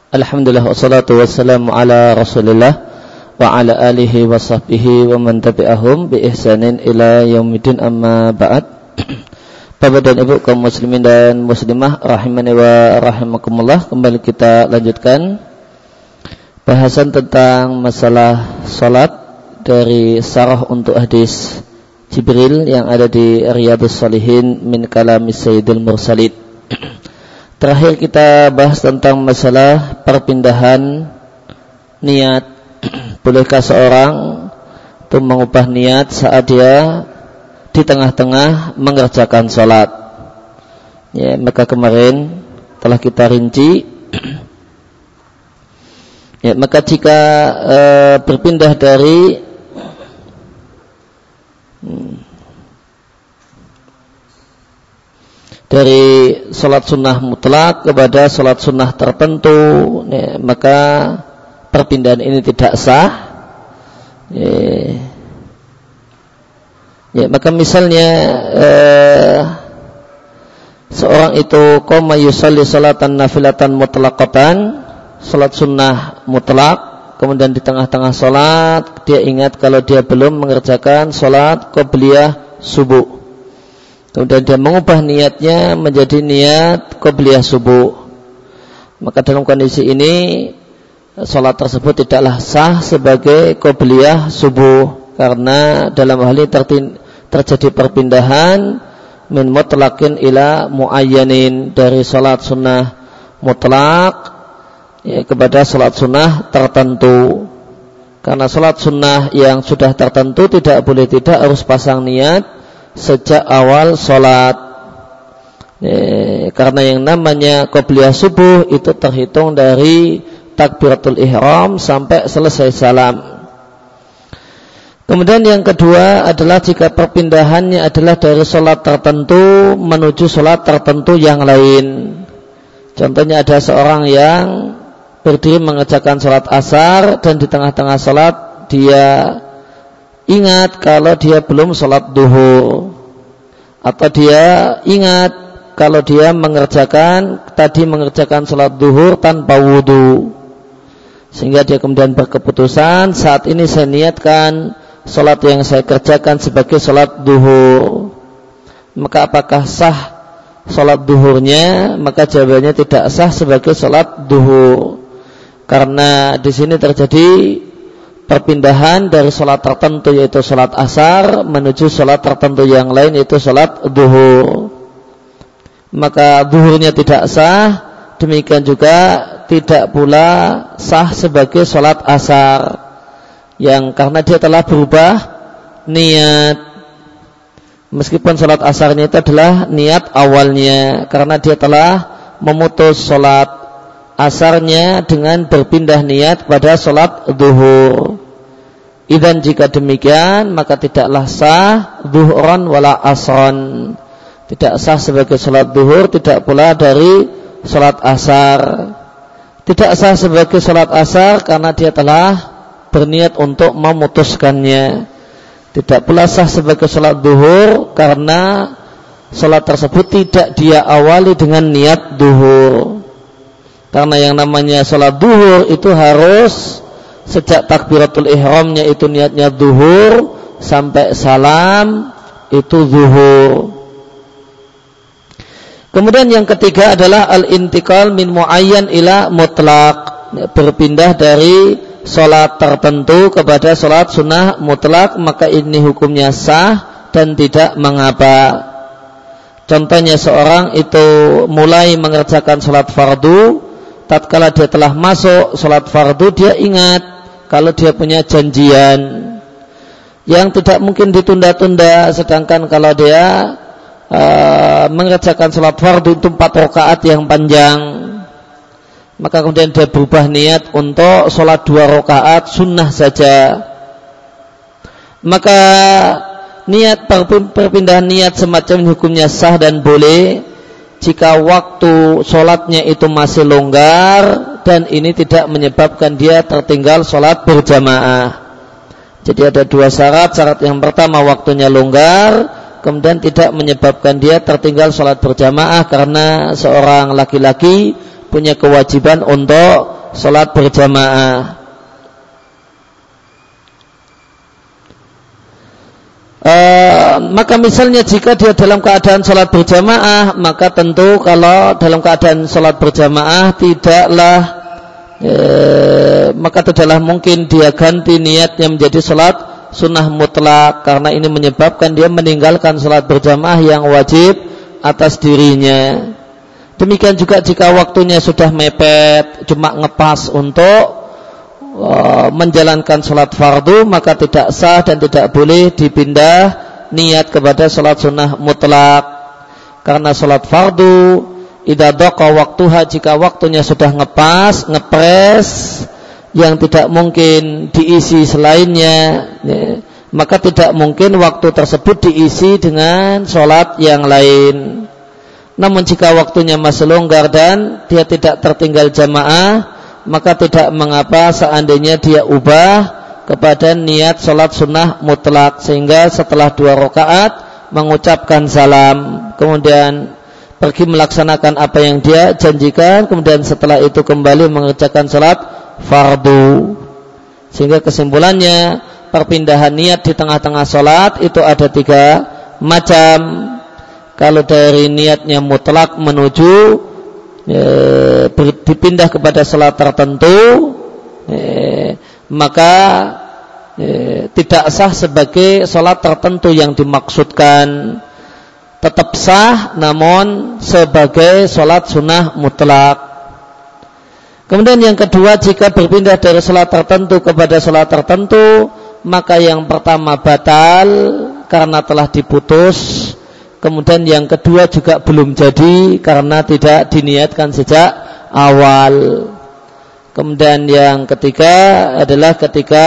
Alhamdulillah wassalatu wassalamu ala Rasulillah wa ala alihi wa sahbihi wa man tabi'ahum bi ihsanin ila yaumidin, amma ba'd. Bapak dan Ibu kaum muslimin dan muslimah rahimani wa rahimakumullah, kembali kita lanjutkan bahasan tentang masalah salat dari syarah untuk hadis Jibril yang ada di Riyadhus Shalihin min kalami Sayyidil Mursalin. Terakhir kita bahas tentang masalah perpindahan niat. Bolehkah seorang itu mengubah niat saat dia di tengah-tengah mengerjakan sholat? Ya, maka kemarin telah kita rinci. Ya, maka jika berpindah dari sholat sunnah mutlak kepada sholat sunnah tertentu, ya, maka perpindahan ini tidak sah. Ya, maka misalnya seorang itu qoma yusalli salatan nafilatan mutlaqatan, sholat sunnah mutlak, kemudian di tengah-tengah sholat dia ingat kalau dia belum mengerjakan sholat qobliyah subuh. Kemudian dia mengubah niatnya menjadi niat qobliyah subuh. Maka dalam kondisi ini salat tersebut tidaklah sah sebagai qobliyah subuh, karena dalam hal ini terjadi perpindahan min mutlaqin ila muayyanin, dari salat sunnah mutlak ya, kepada salat sunnah tertentu. Karena salat sunnah yang sudah tertentu tidak boleh tidak harus pasang niat sejak awal sholat. Karena yang namanya qobliyah subuh itu terhitung dari takbiratul ihram sampai selesai salam. Kemudian yang kedua adalah jika perpindahannya adalah dari sholat tertentu menuju sholat tertentu yang lain. Contohnya ada seorang yang berdiri mengerjakan sholat asar dan di tengah-tengah sholat dia ingat kalau dia belum sholat duhur, atau dia ingat kalau dia mengerjakan sholat duhur tanpa wudu, sehingga dia kemudian berkeputusan saat ini saya niatkan sholat yang saya kerjakan sebagai sholat duhur. Maka apakah sah sholat duhurnya? Maka jawabannya tidak sah sebagai sholat duhur, karena di sini terjadi perpindahan dari sholat tertentu yaitu sholat asar menuju sholat tertentu yang lain yaitu sholat duhur. Maka duhurnya tidak sah, demikian juga tidak pula sah sebagai sholat asar, yang karena dia telah berubah niat. Meskipun sholat asarnya itu adalah niat awalnya, karena dia telah memutus sholat asarnya dengan berpindah niat pada sholat duhur. Idan jika demikian maka tidaklah sah duhuran wala asran, tidak sah sebagai sholat duhur, tidak pula dari sholat asar. Tidak sah sebagai sholat asar karena dia telah berniat untuk memutuskannya. Tidak pula sah sebagai sholat duhur karena sholat tersebut tidak dia awali dengan niat duhur. Karena yang namanya sholat duhur itu harus sejak takbiratul ihramnya itu niatnya duhur sampai salam itu zuhur. Kemudian yang ketiga adalah al-intiqal min muayyan ila mutlaq, berpindah dari sholat tertentu kepada sholat sunnah mutlak, maka ini hukumnya sah dan tidak mengapa. Contohnya seorang itu mulai mengerjakan sholat fardu, tatkala dia telah masuk sholat fardu dia ingat kalau dia punya janjian yang tidak mungkin ditunda-tunda, sedangkan kalau dia mengerjakan sholat fardu itu 4 rakaat yang panjang, maka kemudian dia berubah niat untuk sholat 2 rakaat sunnah saja, maka niat perpindahan niat semacam hukumnya sah dan boleh jika waktu sholatnya itu masih longgar dan ini tidak menyebabkan dia tertinggal sholat berjamaah. Jadi ada 2 syarat. Syarat yang pertama waktunya longgar, kemudian tidak menyebabkan dia tertinggal sholat berjamaah karena seorang laki-laki punya kewajiban untuk sholat berjamaah. Maka misalnya jika dia dalam keadaan sholat berjamaah, maka tentu kalau dalam keadaan sholat berjamaah maka tidaklah mungkin dia ganti niatnya menjadi sholat sunnah mutlak, karena ini menyebabkan dia meninggalkan sholat berjamaah yang wajib atas dirinya. Demikian juga jika waktunya sudah mepet, cuma ngepas untuk menjalankan sholat fardu, maka tidak sah dan tidak boleh dipindah niat kepada sholat sunnah mutlak. Karena sholat fardu idza daqa waktuha, jika waktunya sudah ngepres yang tidak mungkin diisi selainnya, maka tidak mungkin waktu tersebut diisi dengan sholat yang lain. Namun jika waktunya masih longgar dan dia tidak tertinggal jamaah, maka tidak mengapa seandainya dia ubah kepada niat sholat sunnah mutlak, sehingga setelah 2 rakaat mengucapkan salam, kemudian pergi melaksanakan apa yang dia janjikan, kemudian setelah itu kembali mengerjakan sholat fardu. Sehingga kesimpulannya, perpindahan niat di tengah-tengah sholat itu ada 3 macam. Kalau dari niatnya mutlak menuju dipindah kepada salat tertentu, maka tidak sah sebagai salat tertentu yang dimaksudkan. Tetap sah namun sebagai salat sunnah mutlak. Kemudian yang kedua, jika berpindah dari salat tertentu kepada salat tertentu, maka yang pertama batal karena telah diputus. Kemudian yang kedua juga belum jadi karena tidak diniatkan sejak awal. Kemudian yang ketiga adalah ketika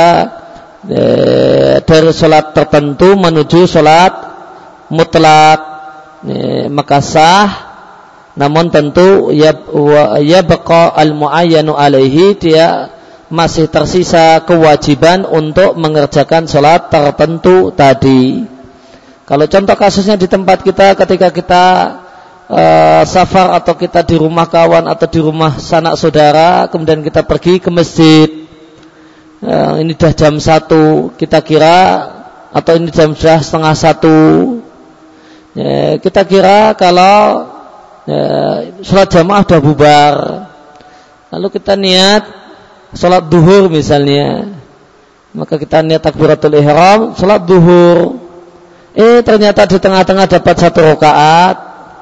dari sholat tertentu menuju sholat mutlak, maka sah. Namun tentu ya baqa al-muayyanu alaihi, dia masih tersisa kewajiban untuk mengerjakan sholat tertentu tadi. Kalau contoh kasusnya di tempat kita, ketika kita safar atau kita di rumah kawan atau di rumah sanak saudara, kemudian kita pergi ke masjid, ini dah jam 1 kita kira, atau ini jam sudah setengah 1, kita kira kalau sholat jamaah sudah bubar, lalu kita niat sholat duhur misalnya, maka kita niat takbiratul ihram sholat duhur. Ternyata di tengah-tengah dapat 1 rakaat.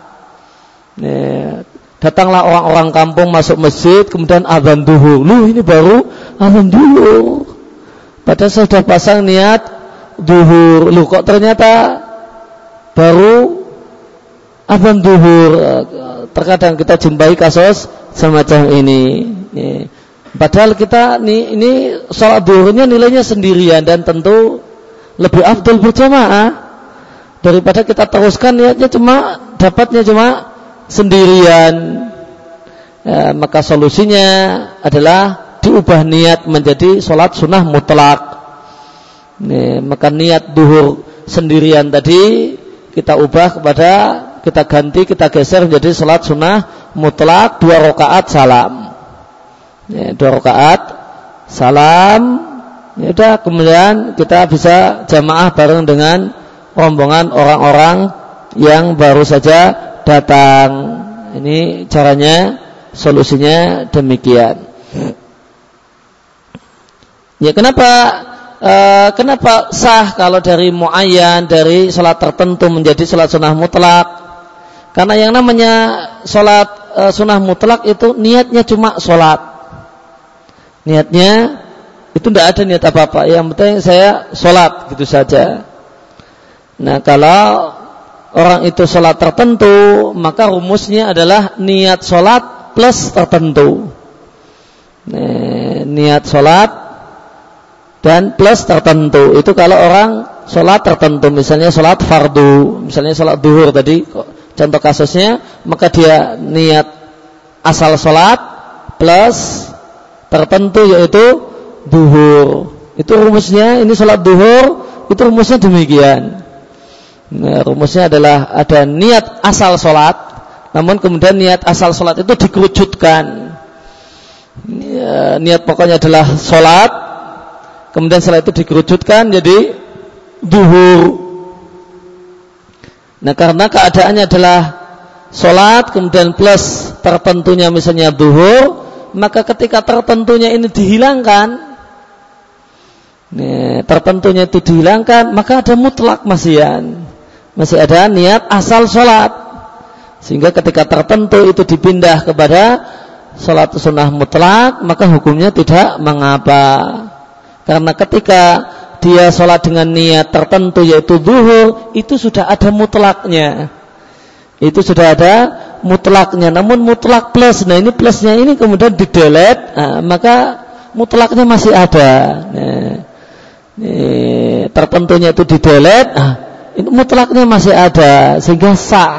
Datanglah orang-orang kampung masuk masjid, kemudian azan duhur. Ini baru azan duhur. Padahal saya sudah pasang niat duhur. Kok ternyata baru azan duhur. Terkadang kita jumpai kasus semacam ini. Padahal kita ini sholat duhurnya nilainya sendirian dan tentu lebih afdal berjamaah daripada kita teruskan niatnya dapatnya cuma sendirian. Maka solusinya adalah diubah niat menjadi sholat sunnah mutlak. Maka niat duhur sendirian tadi kita ubah kepada, kita ganti, kita geser menjadi sholat sunnah mutlak 2 rakaat salam. 2 rakaat salam, udah, kemudian kita bisa jamaah bareng dengan rombongan orang-orang yang baru saja datang. Ini caranya, solusinya demikian. Ya, kenapa sah kalau dari muayyan, dari salat tertentu menjadi salat sunnah mutlak? Karena yang namanya salat sunnah mutlak itu niatnya cuma salat. Niatnya itu tidak ada niat apa-apa, yang penting saya salat gitu saja. Nah, kalau orang itu sholat tertentu, maka rumusnya adalah niat sholat plus tertentu. Niat sholat dan plus tertentu. Itu kalau orang sholat tertentu, misalnya sholat fardu, misalnya sholat duhur tadi, contoh kasusnya, maka dia niat asal sholat plus tertentu, yaitu duhur. Itu rumusnya, ini sholat duhur, itu rumusnya demikian. Rumusnya adalah ada niat asal sholat, namun kemudian niat asal sholat itu dikerucutkan. niat pokoknya adalah sholat, kemudian setelah itu dikerucutkan jadi zuhur. Nah, karena keadaannya adalah sholat kemudian plus tertentunya misalnya zuhur, maka ketika tertentunya ini dihilangkan, tertentunya itu dihilangkan, maka ada mutlak masih ada niat asal sholat, sehingga ketika tertentu itu dipindah kepada sholat sunnah mutlak, maka hukumnya tidak mengapa. Karena ketika dia sholat dengan niat tertentu yaitu zuhur, itu sudah ada mutlaknya. Itu sudah ada mutlaknya. Namun mutlak plus, nah ini plusnya ini kemudian di-delete, maka mutlaknya masih ada. Tertentunya itu di-delete, ini mutlaknya masih ada, sehingga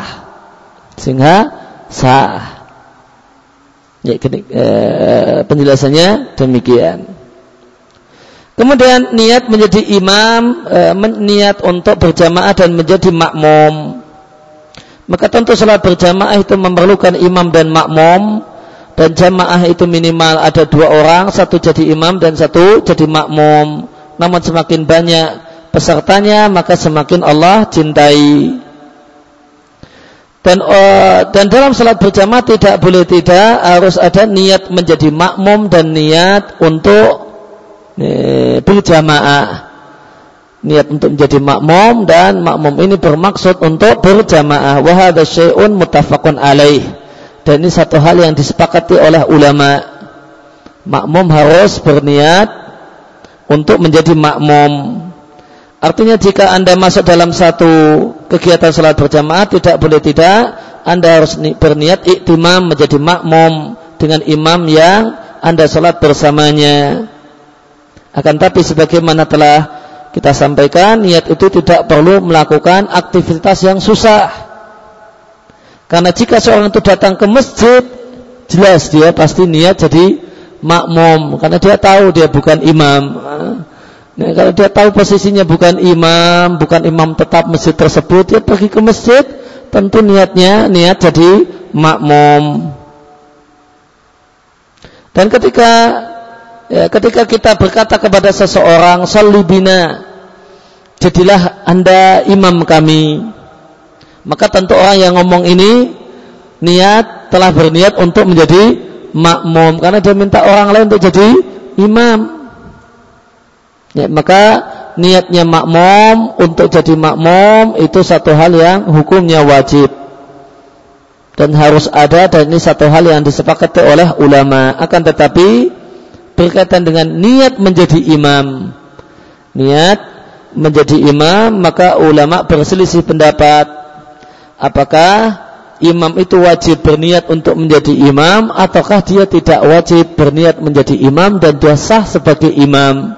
sah. Ya, penjelasannya demikian. Kemudian niat menjadi imam, niat untuk berjamaah dan menjadi makmum. Maka tentu salat berjamaah itu memerlukan imam dan makmum, dan jamaah itu minimal ada 2 orang, satu jadi imam dan satu jadi makmum. Namun semakin banyak pesertanya, maka semakin Allah cintai. Dan dalam salat berjamaah tidak boleh tidak harus ada niat menjadi makmum dan niat untuk berjamaah. Niat untuk menjadi makmum, dan makmum ini bermaksud untuk berjamaah. Wa hadza syai'un muttafaqun alaih. Dan ini satu hal yang disepakati oleh ulama. Makmum harus berniat untuk menjadi makmum. Artinya jika Anda masuk dalam satu kegiatan salat berjamaah, tidak boleh tidak Anda harus berniat iktimam menjadi makmum dengan imam yang Anda salat bersamanya. Akan tapi sebagaimana telah kita sampaikan, niat itu tidak perlu melakukan aktivitas yang susah. Karena jika seorang itu datang ke masjid, jelas dia pasti niat jadi makmum, karena dia tahu dia bukan imam. Nah, kalau dia tahu posisinya bukan imam tetap masjid tersebut, dia pergi ke masjid, tentu niat jadi makmum. Dan ketika kita berkata kepada seseorang, sholli bina, jadilah Anda imam kami, maka tentu orang yang ngomong ini telah berniat untuk menjadi makmum, karena dia minta orang lain untuk jadi imam. Ya, maka niatnya makmum untuk jadi makmum itu satu hal yang hukumnya wajib dan harus ada, dan ini satu hal yang disepakati oleh ulama. Akan tetapi berkaitan dengan niat menjadi imam, maka ulama berselisih pendapat apakah imam itu wajib berniat untuk menjadi imam ataukah dia tidak wajib berniat menjadi imam dan dia sah sebagai imam.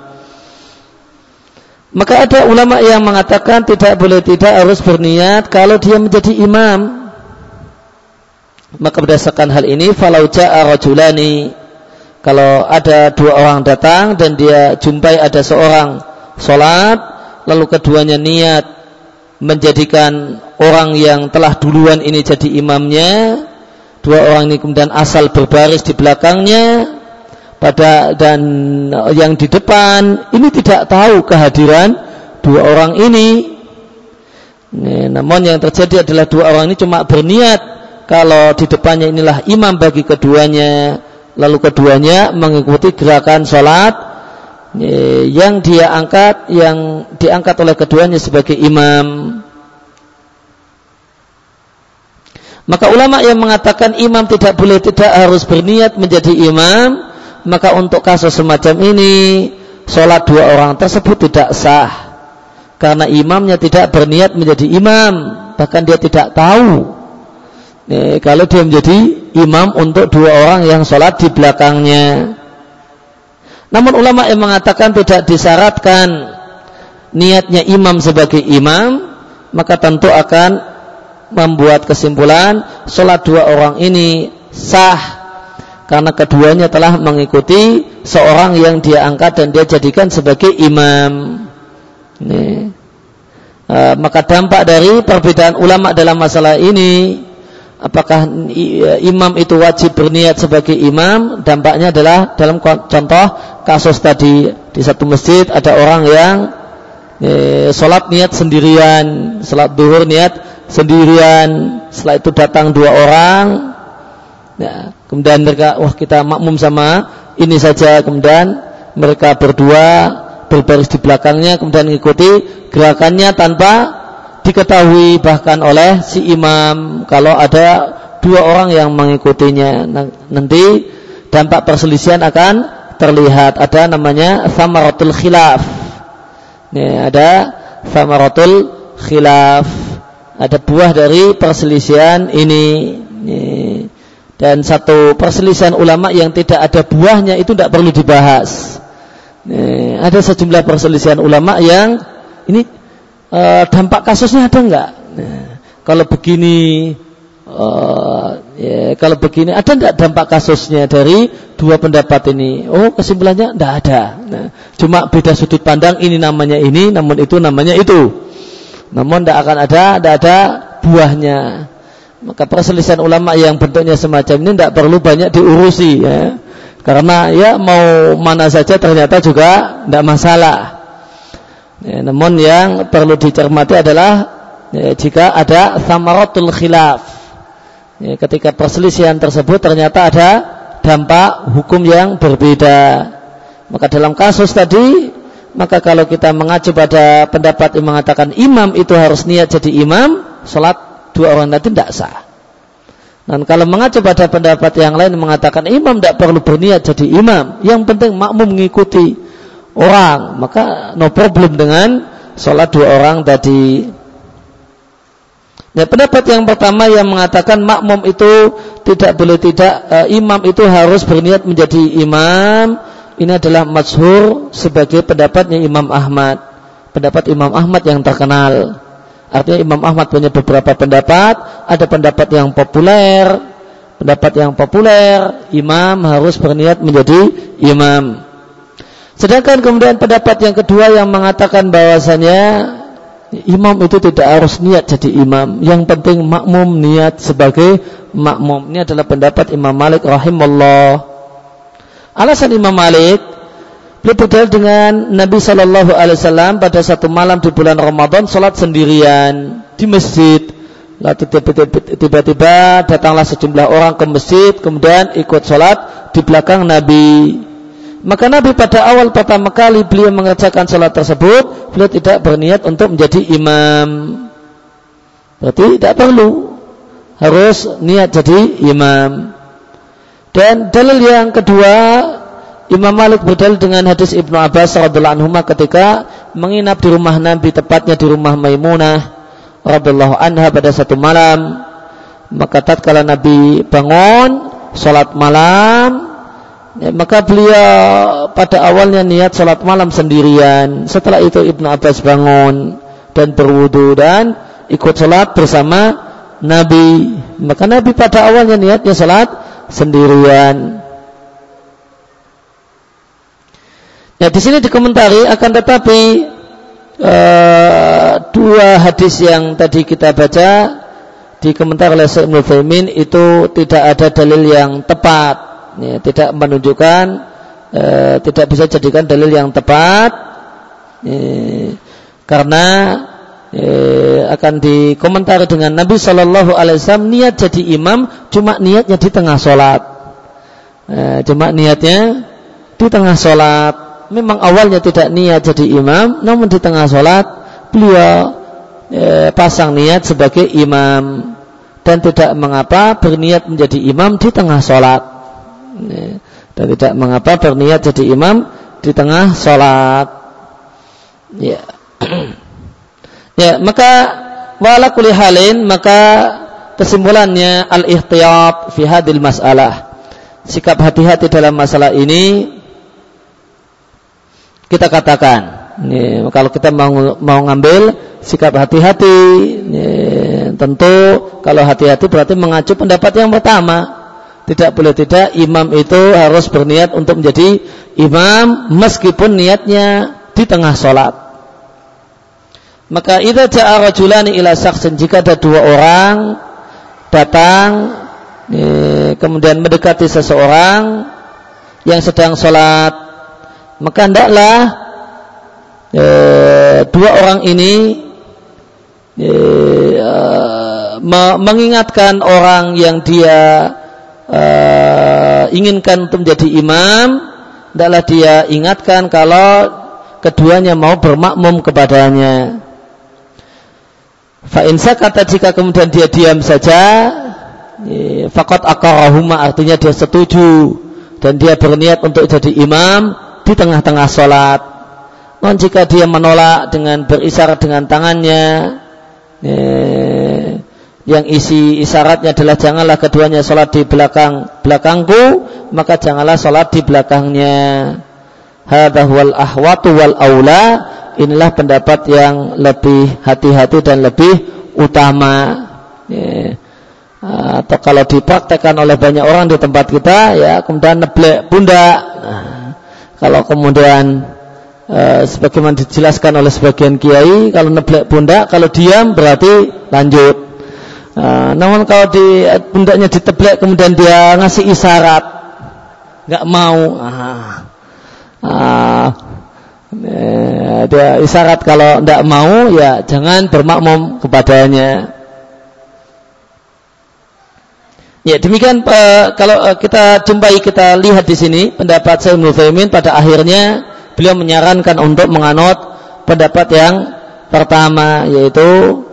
Maka ada ulama yang mengatakan tidak boleh tidak harus berniat kalau dia menjadi imam. Maka berdasarkan hal ini, falau ja'a rajulani, kalau ada 2 orang datang dan dia jumpai ada seorang sholat, lalu keduanya niat menjadikan orang yang telah duluan ini jadi imamnya, 2 orang ini kemudian asal berbaris di belakangnya, dan yang di depan ini tidak tahu kehadiran 2 orang ini. Namun yang terjadi adalah 2 orang ini cuma berniat kalau di depannya inilah imam bagi keduanya, lalu keduanya mengikuti gerakan sholat yang diangkat oleh keduanya sebagai imam. Maka ulama yang mengatakan imam tidak boleh tidak harus berniat menjadi imam, maka untuk kasus semacam ini sholat 2 orang tersebut tidak sah, karena imamnya tidak berniat menjadi imam, bahkan dia tidak tahu kalau dia menjadi imam untuk 2 orang yang sholat di belakangnya. Namun ulama yang mengatakan tidak disyaratkan niatnya imam sebagai imam, maka tentu akan membuat kesimpulan sholat 2 orang ini sah karena keduanya telah mengikuti seorang yang dia angkat dan dia jadikan sebagai imam. Maka dampak dari perbedaan ulama dalam masalah ini apakah imam itu wajib berniat sebagai imam? Dampaknya adalah dalam contoh kasus tadi, di satu masjid ada orang yang sholat niat sendirian, sholat duhur niat sendirian, setelah itu datang dua orang, ya, kemudian mereka, wah kita makmum sama ini saja, kemudian mereka berdua berbaris di belakangnya, kemudian mengikuti gerakannya tanpa diketahui bahkan oleh si imam kalau ada dua orang yang mengikutinya. Nanti dampak perselisihan akan terlihat, ada namanya thamaratul khilaf. Ada thamaratul khilaf, ada buah dari perselisihan ini. Dan satu perselisihan ulama yang tidak ada buahnya itu tidak perlu dibahas. Ada sejumlah perselisihan ulama yang ini dampak kasusnya ada enggak? Kalau begini, kalau begini ada enggak dampak kasusnya dari dua pendapat ini? Oh, kesimpulannya enggak ada. Cuma beda sudut pandang, ini namanya ini, namun itu namanya itu. Namun enggak ada buahnya. Maka perselisihan ulama yang bentuknya semacam ini tidak perlu banyak diurusi, ya. Karena ya mau mana saja ternyata juga tidak masalah. Ya, namun yang perlu dicermati adalah jika ada thamaratul khilaf. Ya, ketika perselisihan tersebut ternyata ada dampak hukum yang berbeda. Maka dalam kasus tadi, maka kalau kita mengacu pada pendapat yang mengatakan imam itu harus niat jadi imam, salat dua orang tadi tidak sah. Dan kalau mengacu pada pendapat yang lain mengatakan imam tidak perlu berniat jadi imam, yang penting makmum mengikuti orang, maka no problem dengan sholat dua orang tadi. Nah, pendapat yang pertama yang mengatakan makmum itu imam itu harus berniat menjadi imam, ini adalah masyhur sebagai pendapatnya Imam Ahmad, pendapat Imam Ahmad yang terkenal. Artinya Imam Ahmad punya beberapa pendapat, ada pendapat yang populer, imam harus berniat menjadi imam. Sedangkan kemudian pendapat yang kedua yang mengatakan bahwasanya imam itu tidak harus niat jadi imam, yang penting makmum niat sebagai makmum. Ini adalah pendapat Imam Malik rahimahullah. Alasan Imam Malik, beliau berdalil dengan Nabi Shallallahu Alaihi Wasallam pada satu malam di bulan Ramadan sholat sendirian di masjid. Lalu tiba-tiba datanglah sejumlah orang ke masjid, kemudian ikut sholat di belakang Nabi. Maka Nabi pada awal pertama kali beliau mengerjakan sholat tersebut, beliau tidak berniat untuk menjadi imam. Berarti tidak perlu harus niat jadi imam. Dan dalil yang kedua, Imam Malik berdalil dengan hadis Ibnu Abbas radhiyallahu anhu ketika menginap di rumah Nabi, tepatnya di rumah Maimunah radhiyallahu anha pada satu malam. Maka tatkala Nabi bangun salat malam, maka beliau pada awalnya niat salat malam sendirian. Setelah itu Ibnu Abbas bangun dan berwudu dan ikut salat bersama Nabi. Maka Nabi pada awalnya niatnya salat sendirian. Ya, di sini dikomentari, akan tetapi dua hadis yang tadi kita baca dikomentar oleh Syekh Ibnu Utsaimin itu tidak ada dalil yang tepat, ya, tidak menunjukkan, tidak bisa jadikan dalil yang tepat, karena akan dikomentari dengan Nabi Shallallahu Alaihi Wasallam niat jadi imam cuma niatnya di tengah sholat, Memang awalnya tidak niat jadi imam, namun di tengah sholat beliau pasang niat sebagai imam, dan tidak mengapa berniat menjadi imam di tengah sholat, dan tidak mengapa berniat jadi imam di tengah sholat. Ya, ya, maka wala kulli halin, maka kesimpulannya al-ihtiyat fi hadil masalah, sikap hati-hati dalam masalah ini. Kita katakan, kalau kita mau ngambil sikap hati-hati, tentu kalau hati-hati berarti mengacu pendapat yang pertama. Tidak boleh tidak, imam itu harus berniat untuk menjadi imam meskipun niatnya di tengah sholat. Maka idza ja'a rajulani ila shakhsin, jika ada dua orang datang kemudian mendekati seseorang yang sedang sholat, maka hendaklah dua orang ini mengingatkan orang yang dia inginkan untuk menjadi imam, hendaklah dia ingatkan kalau keduanya mau bermakmum kepadanya. Fa in sakata, jika kemudian dia diam saja, faqad aqarrahuma, artinya dia setuju dan dia berniat untuk jadi imam di tengah-tengah salat. Namun jika dia menolak dengan berisyarat dengan tangannya, yang isi isyaratnya adalah janganlah keduanya salat di belakangku, maka janganlah salat di belakangnya. Hadza huwal ahwatu wal aula, inilah pendapat yang lebih hati-hati dan lebih utama. Atau kalau dipraktekkan oleh banyak orang di tempat kita, ya kemudian neblek pundak. Kalau kemudian sebagaimana dijelaskan oleh sebagian kiai, kalau neblek pundak, kalau diam berarti lanjut. Namun kalau di pundaknya diteblek kemudian dia ngasih isyarat nggak mau, dia isyarat kalau nggak mau, ya jangan bermakmum kepadanya. Ya demikian kalau kita jumpai, kita lihat di sini pendapat Syekh Utsaimin pada akhirnya beliau menyarankan untuk menganut pendapat yang pertama, yaitu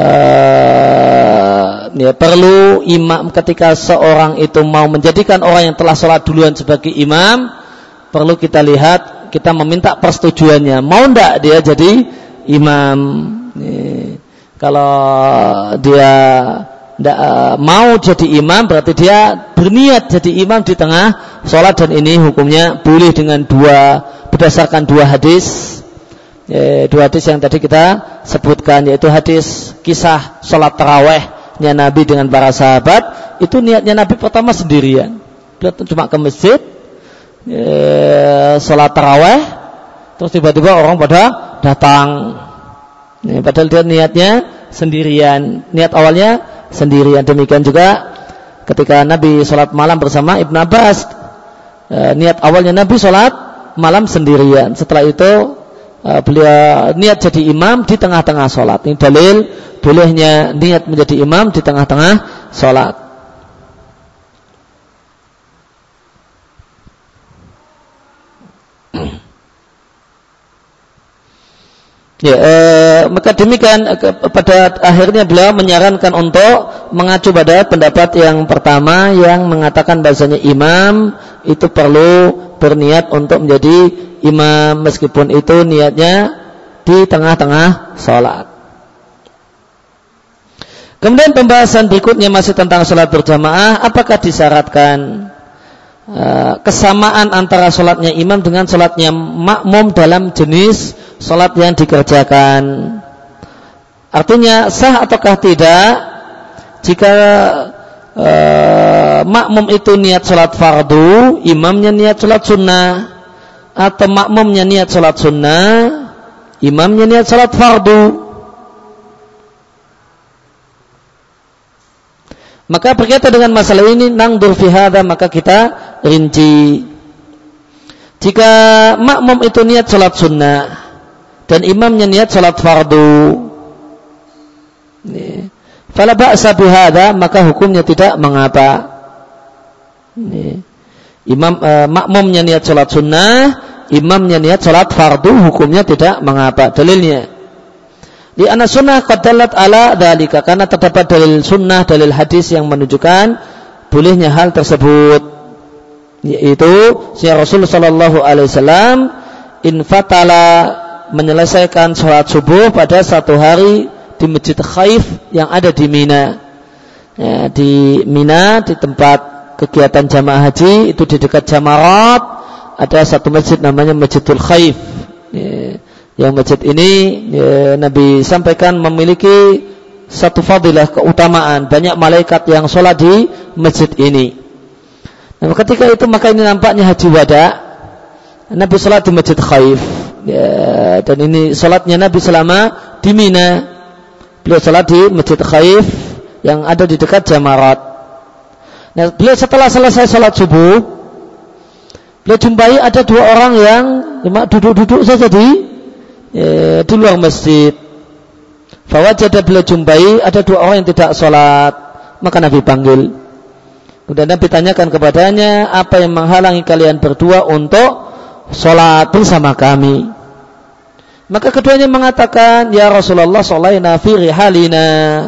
perlu imam ketika seorang itu mau menjadikan orang yang telah sholat duluan sebagai imam, perlu kita lihat, kita meminta persetujuannya, mau ndak dia jadi imam. Kalau dia ndak mau jadi imam, berarti dia berniat jadi imam di tengah sholat, dan ini hukumnya boleh dengan berdasarkan dua hadis yang tadi kita sebutkan, yaitu hadis kisah sholat tarawehnya Nabi dengan para sahabat. Itu niatnya Nabi pertama sendirian, beliau cuma ke masjid sholat taraweh, terus tiba-tiba orang pada datang, padahal dia niatnya sendirian, niat awalnya sendirian. Demikian juga ketika Nabi sholat malam bersama Ibn Abbas, niat awalnya Nabi sholat malam sendirian, setelah itu beliau niat jadi imam di tengah-tengah sholat. Ini dalil bolehnya niat menjadi imam di tengah-tengah sholat. Maka demikian pada akhirnya beliau menyarankan untuk mengacu pada pendapat yang pertama yang mengatakan bahasanya imam itu perlu berniat untuk menjadi imam meskipun itu niatnya di tengah-tengah sholat. Kemudian pembahasan berikutnya masih tentang sholat berjamaah. Apakah disyaratkan kesamaan antara sholatnya imam dengan sholatnya makmum dalam jenis sholat yang dikerjakan? Artinya sah ataukah tidak jika makmum itu niat sholat fardu, imamnya niat sholat sunnah, atau makmumnya niat sholat sunnah, imamnya niat sholat fardu? Maka berkaitan dengan masalah ini, nangdur fi hadza, maka kita rinci. Jika makmum itu niat sholat sunnah dan imamnya niat sholat fardu, fala ba'sa bihadza, maka hukumnya tidak mengapa. Makmumnya niat sholat sunnah, imamnya niat sholat fardu, hukumnya tidak mengapa. Dalilnya di anna sunnah qad dallat ala dzalika, karena terdapat dalil sunnah, dalil hadis yang menunjukkan bolehnya hal tersebut, yaitu Rasulullah sallallahu alaihi wasallam infatala menyelesaikan sholat subuh pada satu hari di Masjid Khaif yang ada di Mina. Di Mina, di tempat kegiatan jamaah haji, itu di dekat Jamarat ada satu masjid namanya Masjidul Khaif. Yang masjid ini Nabi sampaikan memiliki satu fadilah, keutamaan, banyak malaikat yang sholat di masjid ini. Nah, ketika itu maka ini nampaknya haji wada, Nabi sholat di Masjid Khaif. Dan ini sholatnya Nabi selama di Mina. Beliau sholat di Masjid Khaif yang ada di dekat Jamarat. Nah, beliau setelah selesai sholat subuh, beliau jumpai ada 2 orang yang cuma duduk-duduk saja di luar masjid. Fawajada, beliau jumpai ada 2 orang yang tidak sholat, maka Nabi panggil. Kemudian Nabi tanyakan kepadanya, apa yang menghalangi kalian berdua untuk sholat bersama kami? Maka keduanya mengatakan, ya Rasulullah, sholaina fi rihalina.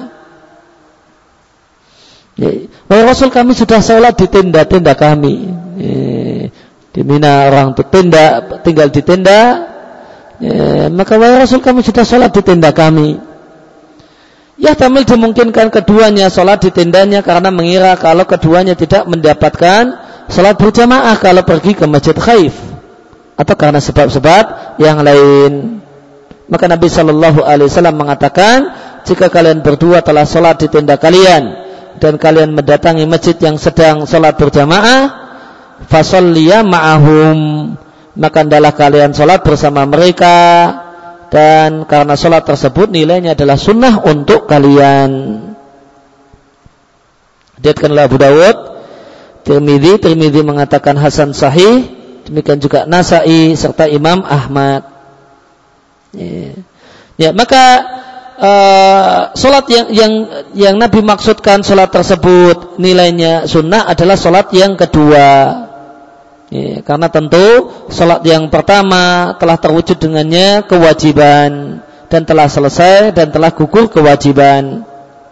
Wahai Rasul, kami sudah sholat di tenda-tenda kami. Di Mina orang tenda, tinggal di tenda. Maka wahai Rasul, kami sudah sholat di tenda kami. Ya, tamil dimungkinkan keduanya sholat di tendanya karena mengira kalau keduanya tidak mendapatkan sholat berjamaah kalau pergi ke Masjid Khaif, atau karena sebab-sebab yang lain. Maka Nabi SAW mengatakan, jika kalian berdua telah sholat di tenda kalian dan kalian mendatangi masjid yang sedang sholat berjamaah, fasolliya ma'ahum, maka hendaklah kalian sholat bersama mereka, dan karena sholat tersebut nilainya adalah sunnah untuk kalian. Diriwayatkan oleh Abu Dawud, Tirmidzi mengatakan hasan sahih, demikian juga Nasa'i serta Imam Ahmad. Ya, maka sholat yang Nabi maksudkan sholat tersebut nilainya sunnah adalah sholat yang kedua. Ya, karena tentu sholat yang pertama telah terwujud dengannya kewajiban dan telah selesai dan telah gugur kewajiban.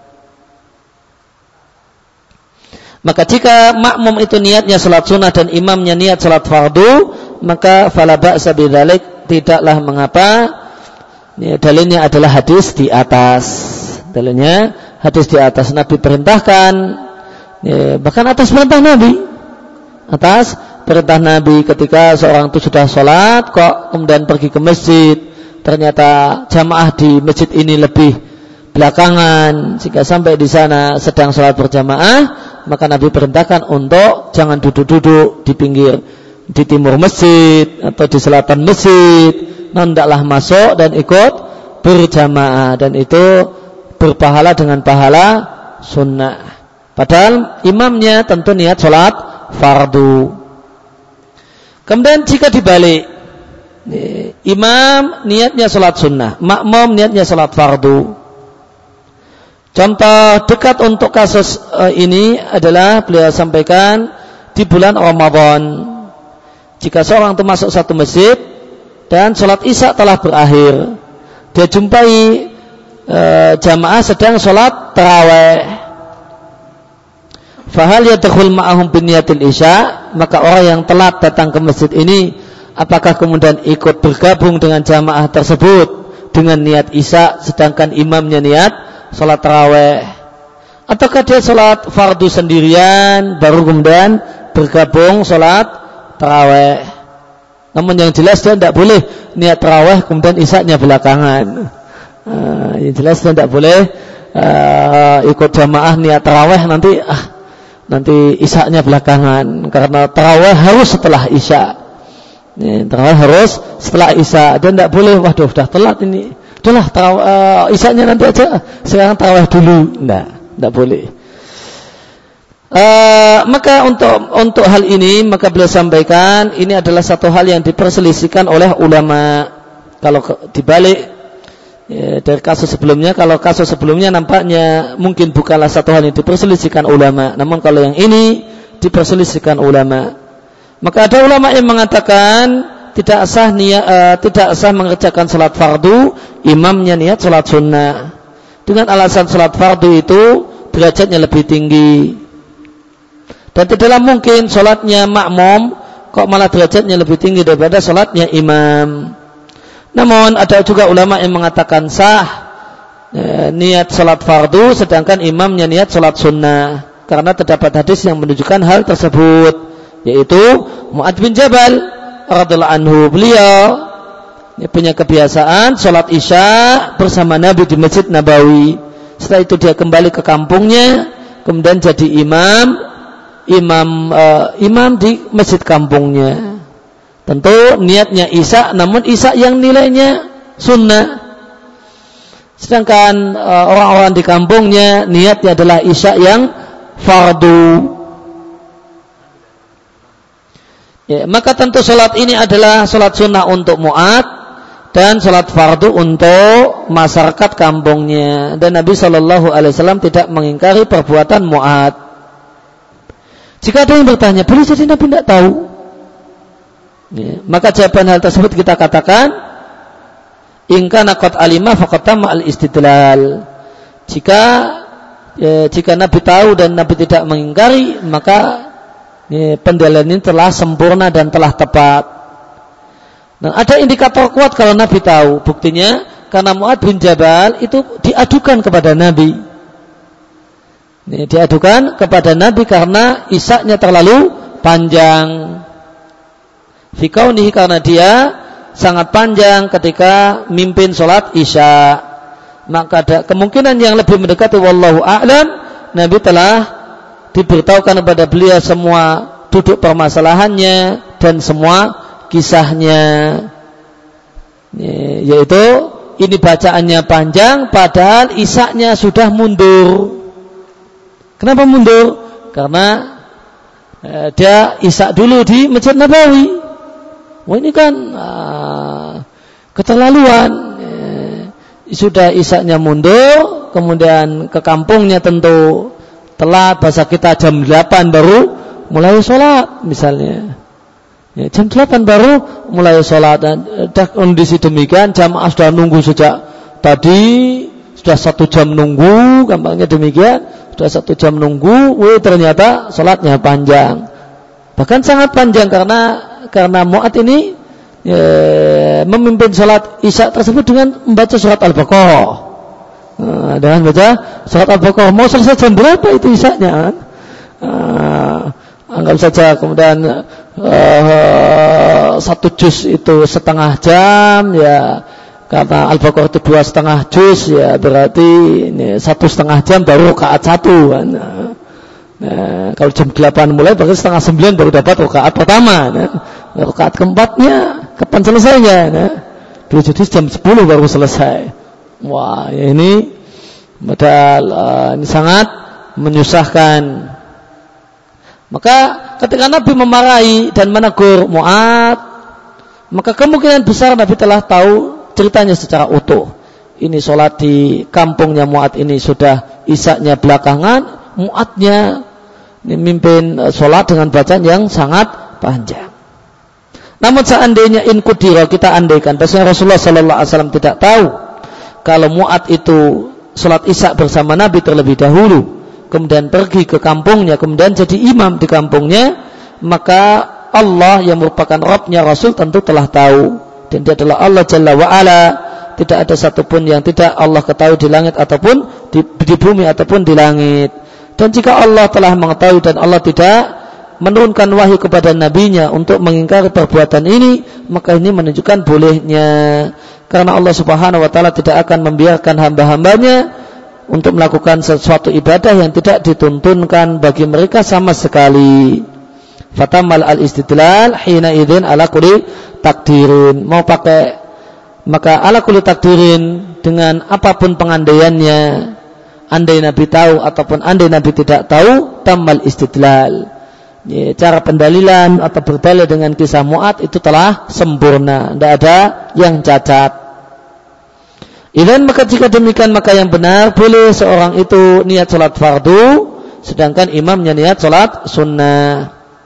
Maka jika makmum itu niatnya sholat sunnah dan imamnya niat sholat fardu, maka fala ba'sa bidzalik, tidaklah mengapa. Ya, dalilnya adalah hadis di atas. Dalilnya hadis di atas. Nabi perintahkan, ya, bahkan atas perintah Nabi. Atas perintah Nabi, ketika seorang itu sudah sholat kok kemudian pergi ke masjid, ternyata jamaah di masjid ini lebih belakangan, sehingga sampai di sana sedang sholat berjamaah, maka Nabi perintahkan untuk jangan duduk-duduk di pinggir, di timur masjid atau di selatan masjid, hendaklah masuk dan ikut berjamaah, dan itu berpahala dengan pahala sunnah. Padahal imamnya tentu niat sholat fardu. Kemudian jika dibalik, imam niatnya sholat sunnah, makmum niatnya sholat fardu. Contoh dekat untuk kasus ini adalah beliau sampaikan di bulan Ramadan. Jika seorang itu masuk satu masjid dan sholat isya telah berakhir, dia jumpai jamaah sedang sholat tarawih. Fahal yadkhul ma'ahum biniyatil isya, maka orang yang telat datang ke masjid ini, apakah kemudian ikut bergabung dengan jamaah tersebut dengan niat isya sedangkan imamnya niat sholat tarawih, ataukah dia sholat fardu sendirian baru kemudian bergabung sholat tarawih? Namun yang jelas dia tidak boleh niat tarawih kemudian isya-nya belakangan. Yang jelas dia tidak boleh ikut jamaah niat tarawih nanti isya-nya belakangan, karena tarawih harus setelah isya. Tarawih harus setelah isya, dan tidak boleh waduh sudah telat ini, udahlah isya-nya nanti aja, sekarang tarawih dulu. Tidak boleh. Maka untuk hal ini, maka beliau sampaikan ini adalah satu hal yang diperselisihkan oleh ulama. Kalau dibalik dari kasus sebelumnya, kalau kasus sebelumnya nampaknya mungkin bukanlah satu hal yang diperselisihkan ulama, namun kalau yang ini diperselisihkan ulama. Maka ada ulama yang mengatakan tidak sah mengerjakan salat fardu, imamnya niat salat sunnah, dengan alasan salat fardu itu derajatnya lebih tinggi dan tidaklah mungkin salatnya makmum kok malah derajatnya lebih tinggi daripada salatnya imam. Namun ada juga ulama yang mengatakan sah niat salat fardu sedangkan imamnya niat salat sunnah, karena terdapat hadis yang menunjukkan hal tersebut, yaitu Mu'adz bin Jabal radhiyallahu anhu, beliau punya kebiasaan salat isya bersama Nabi di Masjid Nabawi. Setelah itu dia kembali ke kampungnya, kemudian jadi imam di masjid kampungnya. Tentu niatnya isya, namun isya yang nilainya sunnah. Sedangkan orang-orang di kampungnya niatnya adalah isya yang fardu. Ya, maka tentu salat ini adalah salat sunnah untuk Mu'ad dan salat fardu untuk masyarakat kampungnya. Dan Nabi SAW tidak mengingkari perbuatan Mu'ad. Jika ada yang bertanya, boleh jadi Nabi tidak tahu? Ya, maka jawaban hal tersebut kita katakan, in kana qad alima faqad tamma al-istidlal. Jika Nabi tahu dan Nabi tidak mengingkari, maka pendalilan ini telah sempurna dan telah tepat. Nah, ada indikator kuat kalau Nabi tahu. Buktinya karena Mu'ad bin Jabal itu diadukan kepada Nabi. Diadukan kepada Nabi karena isya-nya terlalu panjang. Fi kaunihi, karena dia sangat panjang ketika mimpin sholat isya. Maka ada kemungkinan yang lebih mendekati, wallahu a'lam, Nabi telah diberitahukan kepada beliau semua duduk permasalahannya dan semua kisahnya, yaitu ini bacaannya panjang padahal isya-nya sudah mundur. Kenapa mundur? Karena dia isya dulu di Masjid Nabawi. Wah, ini kan keterlaluan. Sudah isya-nya mundur, kemudian ke kampungnya tentu telat, bahasa kita jam 8 baru mulai sholat misalnya. Ya, jam 8 baru mulai sholat. Dan kondisi demikian jamaah sudah nunggu sejak tadi, sudah 1 jam nunggu, gampangnya demikian, sudah 1 jam nunggu, ternyata sholatnya panjang. Bahkan sangat panjang karena Mu'ad ini memimpin sholat isya tersebut dengan membaca surat Al-Baqarah. Dengan baca surat Al-Baqarah. Mau selesai jam berapa itu isya-nya? Anggap saja kemudian 1 juz itu setengah jam, ya karena Al-Baqarah itu 2,5 juz, ya berarti ini 1,5 jam baru rakaat 1 kan. Kalau jam 8 mulai berarti 8:30 baru dapat rakaat pertama. Rakaat keempatnya kapan selesainya? Jadi jam 10 baru selesai. Wah, ya ini padahal ini sangat menyusahkan. Maka ketika Nabi memarahi dan menegur Mu'ad, maka kemungkinan besar Nabi telah tahu ceritanya secara utuh. Ini sholat di kampungnya Mu'ad ini sudah isya-nya belakangan, Mu'adnya memimpin sholat dengan bacaan yang sangat panjang. Namun seandainya in qudira, kita andaikan bahwasanya Rasulullah SAW tidak tahu kalau Mu'ad itu sholat isya bersama Nabi terlebih dahulu, kemudian pergi ke kampungnya, kemudian jadi imam di kampungnya, maka Allah yang merupakan Rabbnya Rasul tentu telah tahu. Dan dia adalah Allah Jalla wa'ala. Tidak ada satupun yang tidak Allah ketahui di langit ataupun di bumi ataupun di langit. Dan jika Allah telah mengetahui dan Allah tidak menurunkan wahyu kepada nabinya untuk mengingkari perbuatan ini, maka ini menunjukkan bolehnya. Karena Allah Subhanahu wa ta'ala tidak akan membiarkan hamba-hambanya untuk melakukan sesuatu ibadah yang tidak dituntunkan bagi mereka sama sekali. Fatamal al-istidlal hina idzin ala kulli takdirin. Mau pakai maka ala kulli takdirin dengan apapun pengandaiannya. Andai Nabi tahu ataupun andai Nabi tidak tahu, tamal istidlal. Ya, cara pendalilan atau berdalil dengan kisah Mu'ad itu telah sempurna, tidak ada yang cacat. Idan maka jika demikian, maka yang benar boleh seorang itu niat sholat fardu, sedangkan imamnya niat sholat sunnah.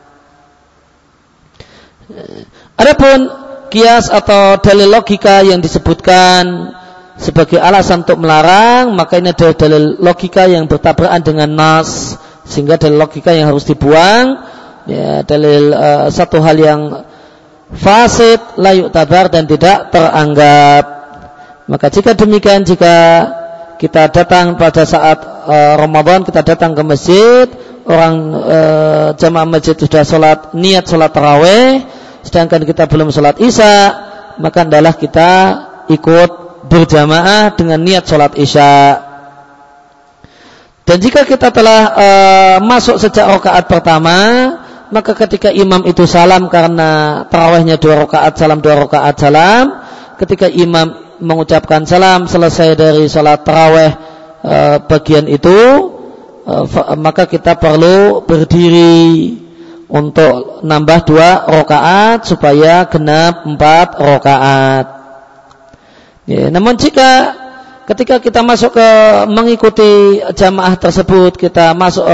Adapun kias atau dalil logika yang disebutkan sebagai alasan untuk melarang, maka ini adalah dalil logika yang bertabrakan dengan nas, sehingga dalil logika yang harus dibuang. Ya, dalil satu hal yang fasid, la yu'tabar, dan tidak teranggap. Maka jika demikian, jika kita datang pada saat Ramadan, kita datang ke masjid, orang jamaah masjid sudah niat sholat tarawih, sedangkan kita belum sholat isya, maka adalah kita ikut berjamaah dengan niat sholat isya. Dan jika kita telah masuk sejak rakaat pertama, maka ketika imam itu salam, karena tarawihnya 2 rakaat salam 2 rakaat salam, ketika imam mengucapkan salam selesai dari salat tarawih bagian itu, maka kita perlu berdiri untuk nambah 2 rakaat supaya genap 4 rakaat. Ya, namun jika ketika kita masuk ke mengikuti jamaah tersebut, kita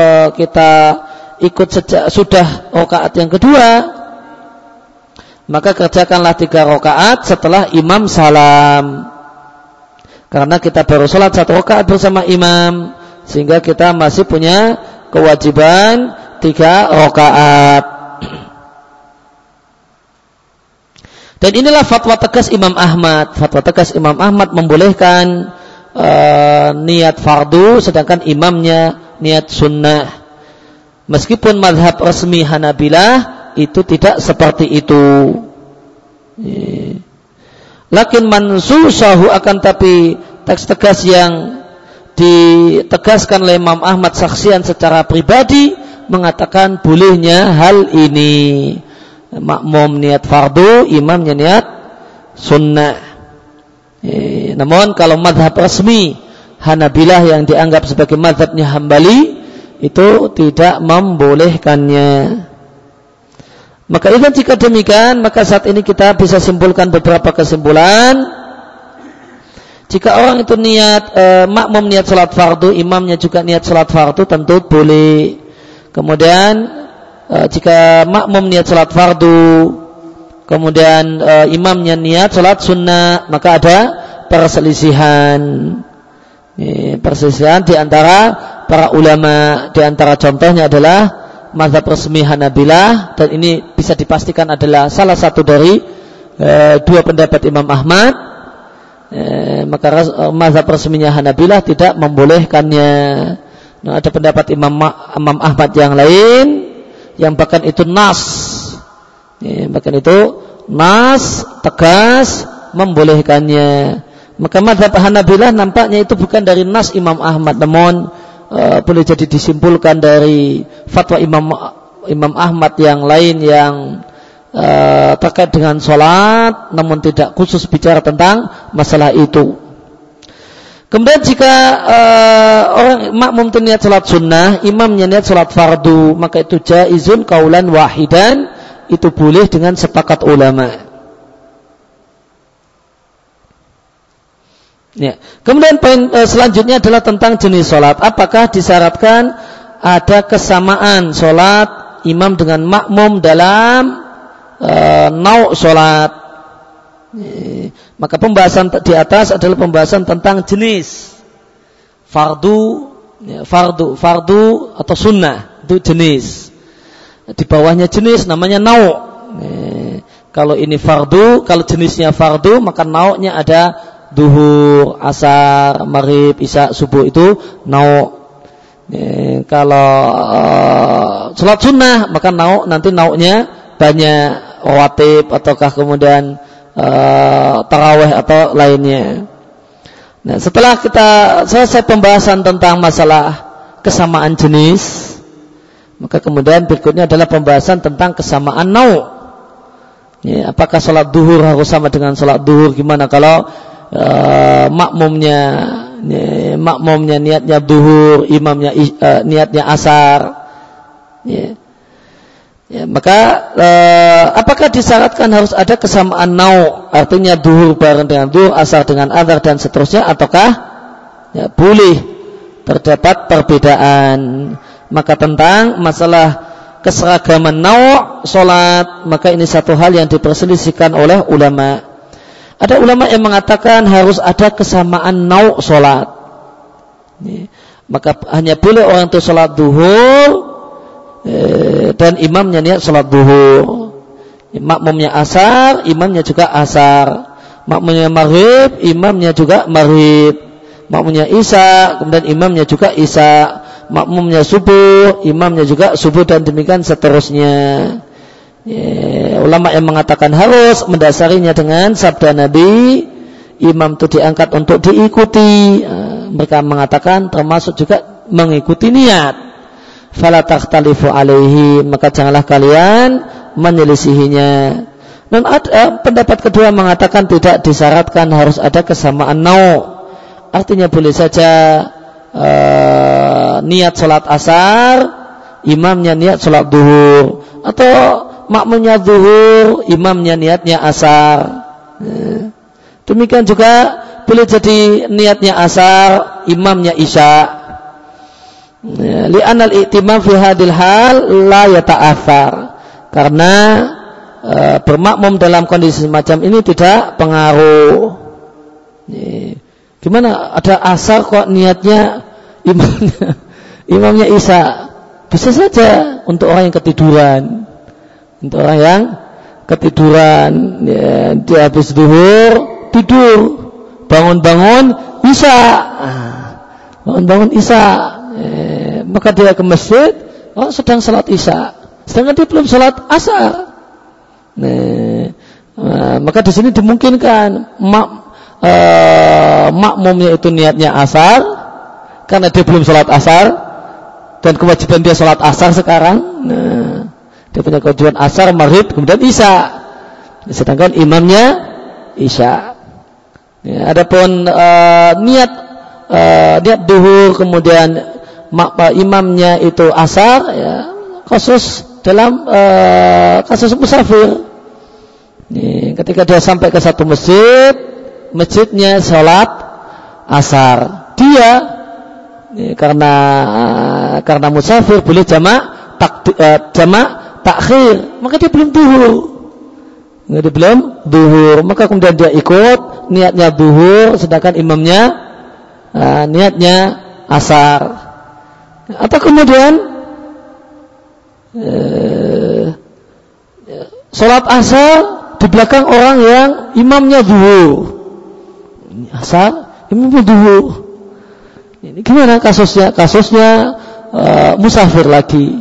ikut sudah rakaat yang kedua, maka kerjakanlah 3 rakaat setelah imam salam. Karena kita baru sholat 1 rakaat bersama imam, sehingga kita masih punya kewajiban 3 rakaat. Dan inilah fatwa tegas Imam Ahmad. Fatwa tegas Imam Ahmad membolehkan niat fardu, sedangkan imamnya niat sunnah. Meskipun mazhab resmi Hanabilah itu tidak seperti itu. Lakin mansusahu, akan tapi teks tegas yang ditegaskan oleh Imam Ahmad saksian secara pribadi mengatakan bolehnya hal ini. Makmum niat fardu, imamnya niat sunnah. Namun kalau mazhab resmi Hanabilah yang dianggap sebagai mazhabnya Hambali itu tidak membolehkannya. Maka itu jika demikian, maka saat ini kita bisa simpulkan beberapa kesimpulan. Jika orang itu niat makmum niat salat fardu, imamnya juga niat salat fardu, tentu boleh. Kemudian jika makmum niat salat fardu, kemudian imamnya niat salat sunnah, maka ada perselisihan. Perselisihan di antara para ulama. Di antara contohnya adalah mazhab resmi Hanabilah, dan ini bisa dipastikan adalah salah satu dari 2 pendapat Imam Ahmad. Maka mazhab resminya Hanabilah tidak membolehkannya. Nah, ada pendapat Imam Ahmad yang lain yang bahkan itu nas, bahkan itu nas tegas membolehkannya. Maka mazhab Hanabilah nampaknya itu bukan dari nas Imam Ahmad, namun boleh jadi disimpulkan dari fatwa Imam Ahmad yang lain yang terkait dengan sholat, namun tidak khusus bicara tentang masalah itu. Kemudian jika orang makmum itu niat sholat sunnah, imamnya niat sholat fardu, maka itu jaizun kaulan wahidan, itu boleh dengan sepakat ulama. Ya. Kemudian poin selanjutnya adalah tentang jenis sholat. Apakah disyaratkan ada kesamaan sholat imam dengan makmum dalam nau' sholat? Maka pembahasan di atas adalah pembahasan tentang jenis fardu, fardu atau sunnah, itu jenis. Di bawahnya jenis namanya nau'. Kalau ini fardu, kalau jenisnya fardu, maka nau'nya ada duhur, asar, maghrib, isya, subuh, itu nau'. Kalau sholat sunnah, maka nanti nau'nya banyak, rawatib ataukah kemudian tarawih atau lainnya. Nah, setelah kita selesai pembahasan tentang masalah kesamaan jenis, maka kemudian berikutnya adalah pembahasan tentang kesamaan nau'. Apakah sholat duhur harus sama dengan sholat duhur? Gimana kalau makmumnya niatnya duhur, imamnya niatnya asar? Maka apakah disyaratkan harus ada kesamaan nau', artinya duhur bareng dengan duhur, asar dengan asar dan seterusnya, ataukah boleh terdapat perbedaan? Maka tentang masalah keseragaman nau' solat, maka ini satu hal yang diperselisihkan oleh ulama. Ada ulama yang mengatakan harus ada kesamaan nau' solat, maka hanya boleh orang itu solat duhur dan imamnya niat sholat duhur, makmumnya asar, imamnya juga asar, makmumnya maghrib, imamnya juga maghrib, makmumnya isya, kemudian imamnya juga isya, makmumnya subuh, imamnya juga subuh, dan demikian seterusnya. Ulama yang mengatakan harus mendasarinya dengan sabda Nabi, imam itu diangkat untuk diikuti. Mereka mengatakan termasuk juga mengikuti niat. Fala takhtalifu alaihi, maka janganlah kalian menyelisihinya. Dan pendapat kedua mengatakan tidak disyaratkan harus ada kesamaan nau'. Artinya boleh saja niat sholat asar, imamnya niat sholat duhur, atau makmumnya duhur, imamnya niatnya asar. Demikian juga boleh jadi niatnya asar, imamnya isya. Li'anal i'timam fi hadil hal la yata'athar. Karena bermakmum dalam kondisi semacam ini tidak pengaruh. Gimana ada asar kok niatnya imamnya isya? Bisa saja untuk orang yang ketiduran. Untuk orang yang ketiduran, ya, dia habis duhur tidur, bangun-bangun isya, bangun-bangun isya, maka dia ke masjid, sedang salat isya, sedangkan dia belum salat asar. Maka di sini dimungkinkan makmumnya itu niatnya asar karena dia belum salat asar dan kewajiban dia salat asar sekarang. Dia punya kewajiban asar, maghrib, kemudian isya, sedangkan imamnya isya. Adapun niat duhur kemudian imamnya itu asar, ya, khusus dalam kasus musafir. Ketika dia sampai ke satu masjid, masjidnya sholat asar, dia karena musafir boleh jamak takhir, maka dia belum duhur, maka kemudian dia ikut niatnya duhur, sedangkan imamnya niatnya asar. Atau kemudian sholat asar di belakang orang yang imamnya duhur, asar, imamnya duhur. Ini gimana kasusnya? Kasusnya musafir lagi.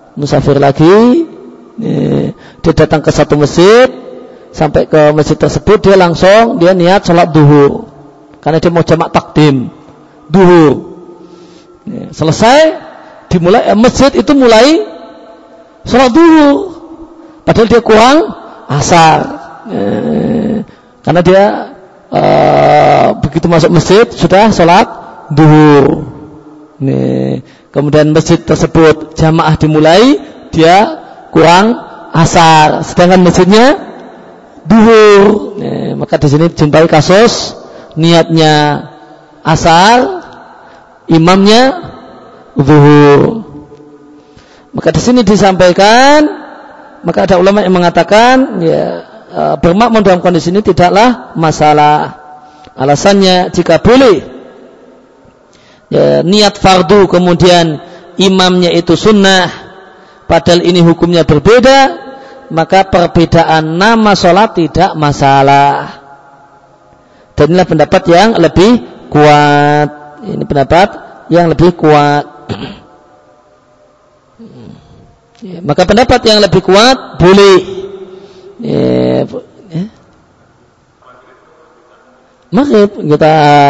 Dia datang ke satu masjid, sampai ke masjid tersebut dia niat sholat duhur karena dia mau jamak takdim duhur. Selesai dimulai masjid itu mulai sholat duhur, padahal dia kurang asar, karena dia begitu masuk masjid sudah sholat duhur. Kemudian masjid tersebut jamaah dimulai, dia kurang asar, sedangkan masjidnya duhur. Maka di sini jumpai kasus niatnya asar, imamnya zuhur. Maka di sini disampaikan, maka ada ulama yang mengatakan, bermakmum dalam kondisi ini tidaklah masalah. Alasannya jika boleh niat fardu kemudian imamnya itu sunnah, padahal ini hukumnya berbeda, maka perbedaan nama sholat tidak masalah. Dan inilah pendapat yang lebih kuat. Ini pendapat yang lebih kuat. Maka pendapat yang lebih kuat boleh. Maghrib kita.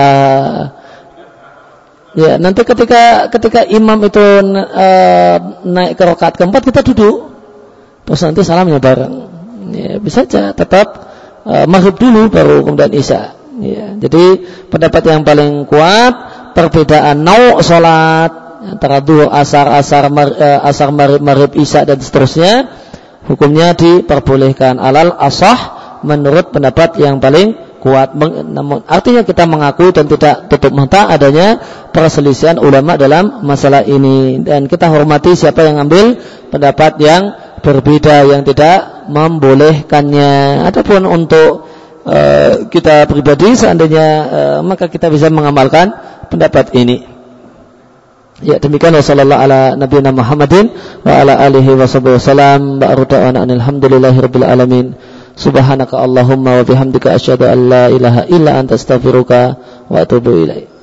Ya, nanti ketika imam itu naik ke rakaat keempat kita duduk, terus nanti salamnya bareng. Ya, bisa saja tetap maghrib dulu baru kemudian isya. Ya, jadi pendapat yang paling kuat perbedaan nau' salat antara duhur, asar, maghrib, isya dan seterusnya hukumnya diperbolehkan alal ashah menurut pendapat yang paling kuat. Namun artinya kita mengaku dan tidak tutup mata adanya perselisihan ulama dalam masalah ini, dan kita hormati siapa yang ambil pendapat yang berbeda yang tidak membolehkannya. Adapun untuk kita pribadi seandainya maka kita bisa mengamalkan pendapat ini. Ya, demikian wasallallahu ala nabiyina Muhammadin wa ala alihi wasallam. Ba'ru da'wana alhamdulillahirabbil alamin. Subhanaka Allahumma wa bihamdika asyhadu an la ilaha illa anta astaghfiruka wa atubu ilaik.